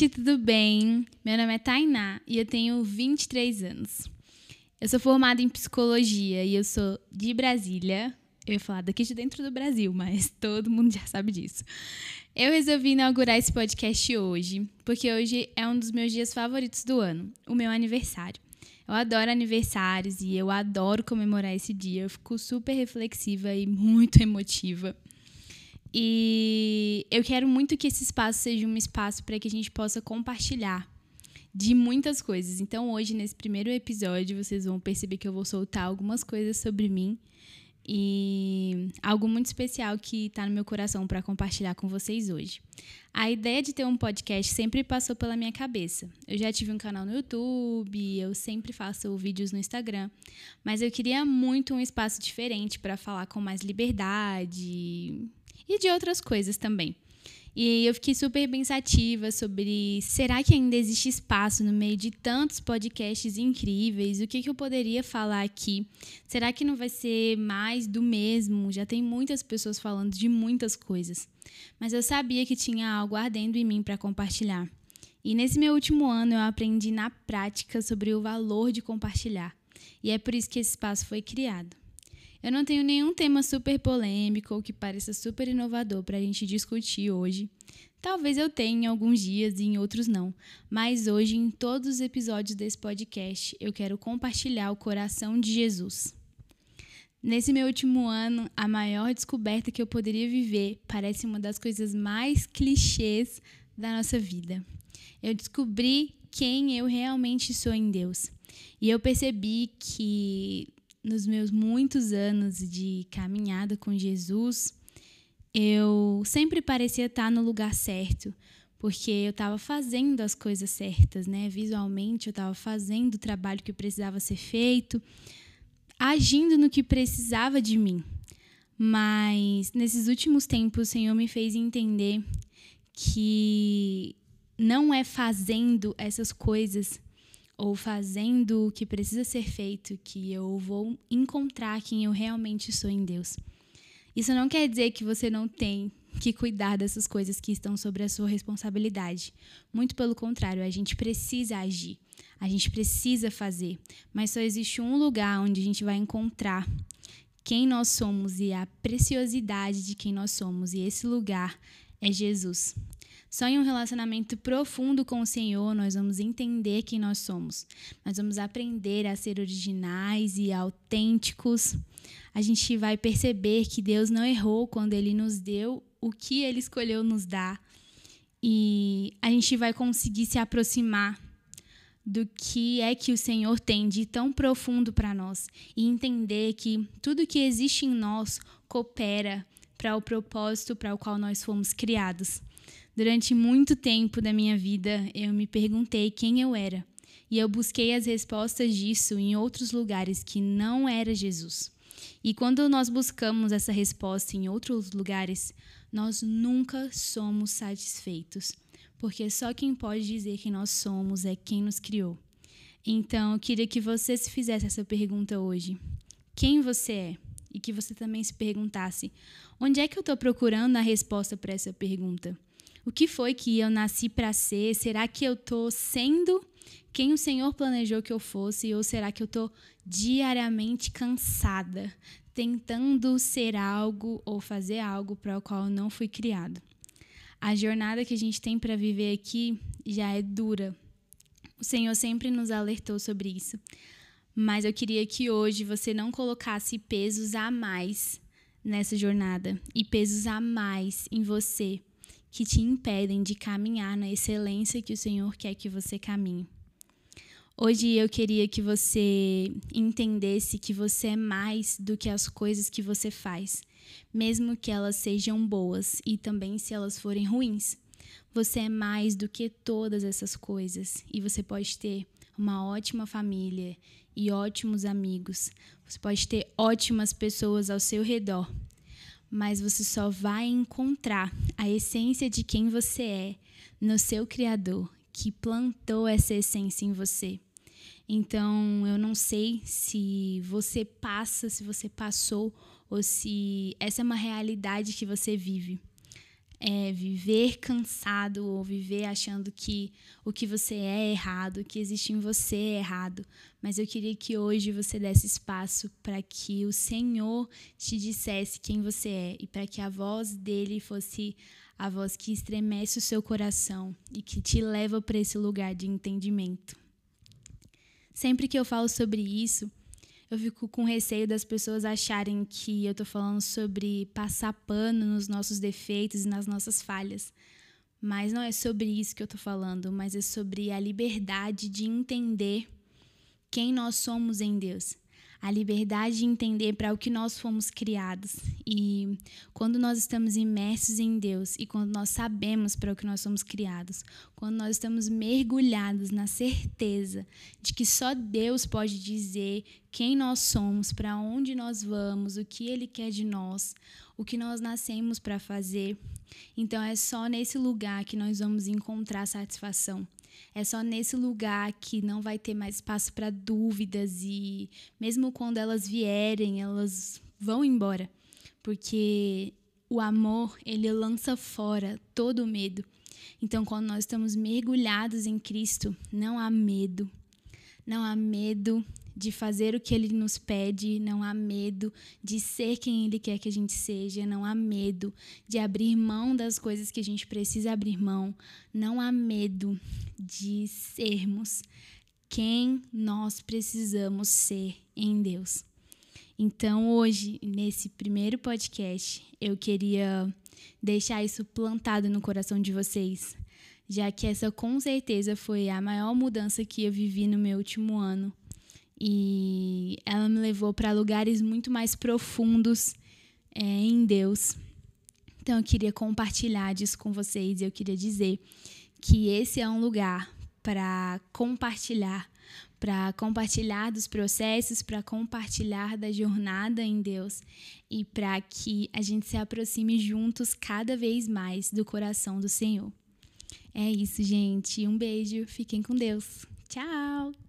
gente, tudo bem? Meu nome é Tainá e eu tenho 23 anos. Eu sou formada em psicologia e eu sou de Brasília. Eu ia falar daqui de dentro do Brasil, mas todo mundo já sabe disso. Eu resolvi inaugurar esse podcast hoje, porque hoje é um dos meus dias favoritos do ano, o meu aniversário. Eu adoro aniversários e eu adoro comemorar esse dia. Eu fico super reflexiva e muito emotiva. E eu quero muito que esse espaço seja um espaço para que a gente possa compartilhar de muitas coisas. Então, hoje, nesse primeiro episódio, vocês vão perceber que eu vou soltar algumas coisas sobre mim e algo muito especial que está no meu coração para compartilhar com vocês hoje. A ideia de ter um podcast sempre passou pela minha cabeça. Eu já tive um canal no YouTube, eu sempre faço vídeos no Instagram, mas eu queria muito um espaço diferente para falar com mais liberdade e de outras coisas também. E eu fiquei super pensativa sobre, será que ainda existe espaço no meio de tantos podcasts incríveis? O que eu poderia falar aqui? Será que não vai ser mais do mesmo? Já tem muitas pessoas falando de muitas coisas. Mas eu sabia que tinha algo ardendo em mim para compartilhar. E nesse meu último ano eu aprendi na prática sobre o valor de compartilhar. E é por isso que esse espaço foi criado. Eu não tenho nenhum tema super polêmico ou que pareça super inovador para a gente discutir hoje. Talvez eu tenha em alguns dias e em outros não. Mas hoje, em todos os episódios desse podcast, eu quero compartilhar o coração de Jesus. Nesse meu último ano, a maior descoberta que eu poderia viver parece uma das coisas mais clichês da nossa vida. Eu descobri quem eu realmente sou em Deus. E eu percebi que nos meus muitos anos de caminhada com Jesus, eu sempre parecia estar no lugar certo, porque eu estava fazendo as coisas certas, né? Visualmente, eu estava fazendo o trabalho que precisava ser feito, agindo no que precisava de mim. Mas, nesses últimos tempos, o Senhor me fez entender que não é fazendo essas coisas ou fazendo o que precisa ser feito, que eu vou encontrar quem eu realmente sou em Deus. Isso não quer dizer que você não tem que cuidar dessas coisas que estão sobre a sua responsabilidade. Muito pelo contrário, a gente precisa agir, a gente precisa fazer, mas só existe um lugar onde a gente vai encontrar quem nós somos e a preciosidade de quem nós somos, e esse lugar é Jesus. Só em um relacionamento profundo com o Senhor nós vamos entender quem nós somos. Nós vamos aprender a ser originais e autênticos. A gente vai perceber que Deus não errou quando Ele nos deu o que Ele escolheu nos dar. E a gente vai conseguir se aproximar do que é que o Senhor tem de tão profundo para nós. E entender que tudo que existe em nós coopera para o propósito para o qual nós fomos criados. Durante muito tempo da minha vida, eu me perguntei quem eu era. E eu busquei as respostas disso em outros lugares que não era Jesus. E quando nós buscamos essa resposta em outros lugares, nós nunca somos satisfeitos. Porque só quem pode dizer quem nós somos é quem nos criou. Então, eu queria que você se fizesse essa pergunta hoje. Quem você é? E que você também se perguntasse, onde é que eu estou procurando a resposta para essa pergunta? O que foi que eu nasci para ser? Será que eu estou sendo quem o Senhor planejou que eu fosse? Ou será que eu estou diariamente cansada, tentando ser algo ou fazer algo para o qual eu não fui criado? A jornada que a gente tem para viver aqui já é dura. O Senhor sempre nos alertou sobre isso. Mas eu queria que hoje você não colocasse pesos a mais nessa jornada e pesos a mais em você, que te impedem de caminhar na excelência que o Senhor quer que você caminhe. Hoje eu queria que você entendesse que você é mais do que as coisas que você faz, mesmo que elas sejam boas e também se elas forem ruins. Você é mais do que todas essas coisas e você pode ter uma ótima família e ótimos amigos. Você pode ter ótimas pessoas ao seu redor. Mas você só vai encontrar a essência de quem você é no seu Criador, que plantou essa essência em você. Então, eu não sei se você passou, ou se essa é uma realidade que você vive. viver cansado ou viver achando que o que você é errado, o que existe em você é errado. Mas eu queria que hoje você desse espaço para que o Senhor te dissesse quem você é e para que a voz dele fosse a voz que estremece o seu coração e que te leva para esse lugar de entendimento. Sempre que eu falo sobre isso, eu fico com receio das pessoas acharem que eu tô falando sobre passar pano nos nossos defeitos e nas nossas falhas. Mas não é sobre isso que eu tô falando, mas é sobre a liberdade de entender quem nós somos em Deus. A liberdade de entender para o que nós fomos criados. E quando nós estamos imersos em Deus e quando nós sabemos para o que nós somos criados, quando nós estamos mergulhados na certeza de que só Deus pode dizer quem nós somos, para onde nós vamos, o que Ele quer de nós, o que nós nascemos para fazer, então é só nesse lugar que nós vamos encontrar satisfação. É só nesse lugar que não vai ter mais espaço para dúvidas e mesmo quando elas vierem, elas vão embora. Porque o amor, ele lança fora todo o medo. Então, quando nós estamos mergulhados em Cristo, não há medo. Não há medo de fazer o que Ele nos pede, não há medo de ser quem Ele quer que a gente seja, não há medo de abrir mão das coisas que a gente precisa abrir mão, não há medo de sermos quem nós precisamos ser em Deus. Então, hoje, nesse primeiro podcast, eu queria deixar isso plantado no coração de vocês, já que essa com certeza foi a maior mudança que eu vivi no meu último ano. E ela me levou para lugares muito mais profundos em Deus. Então eu queria compartilhar disso com vocês. Eu queria dizer que esse é um lugar para compartilhar dos processos, para compartilhar da jornada em Deus e para que a gente se aproxime juntos cada vez mais do coração do Senhor. É isso, gente. Um beijo. Fiquem com Deus. Tchau!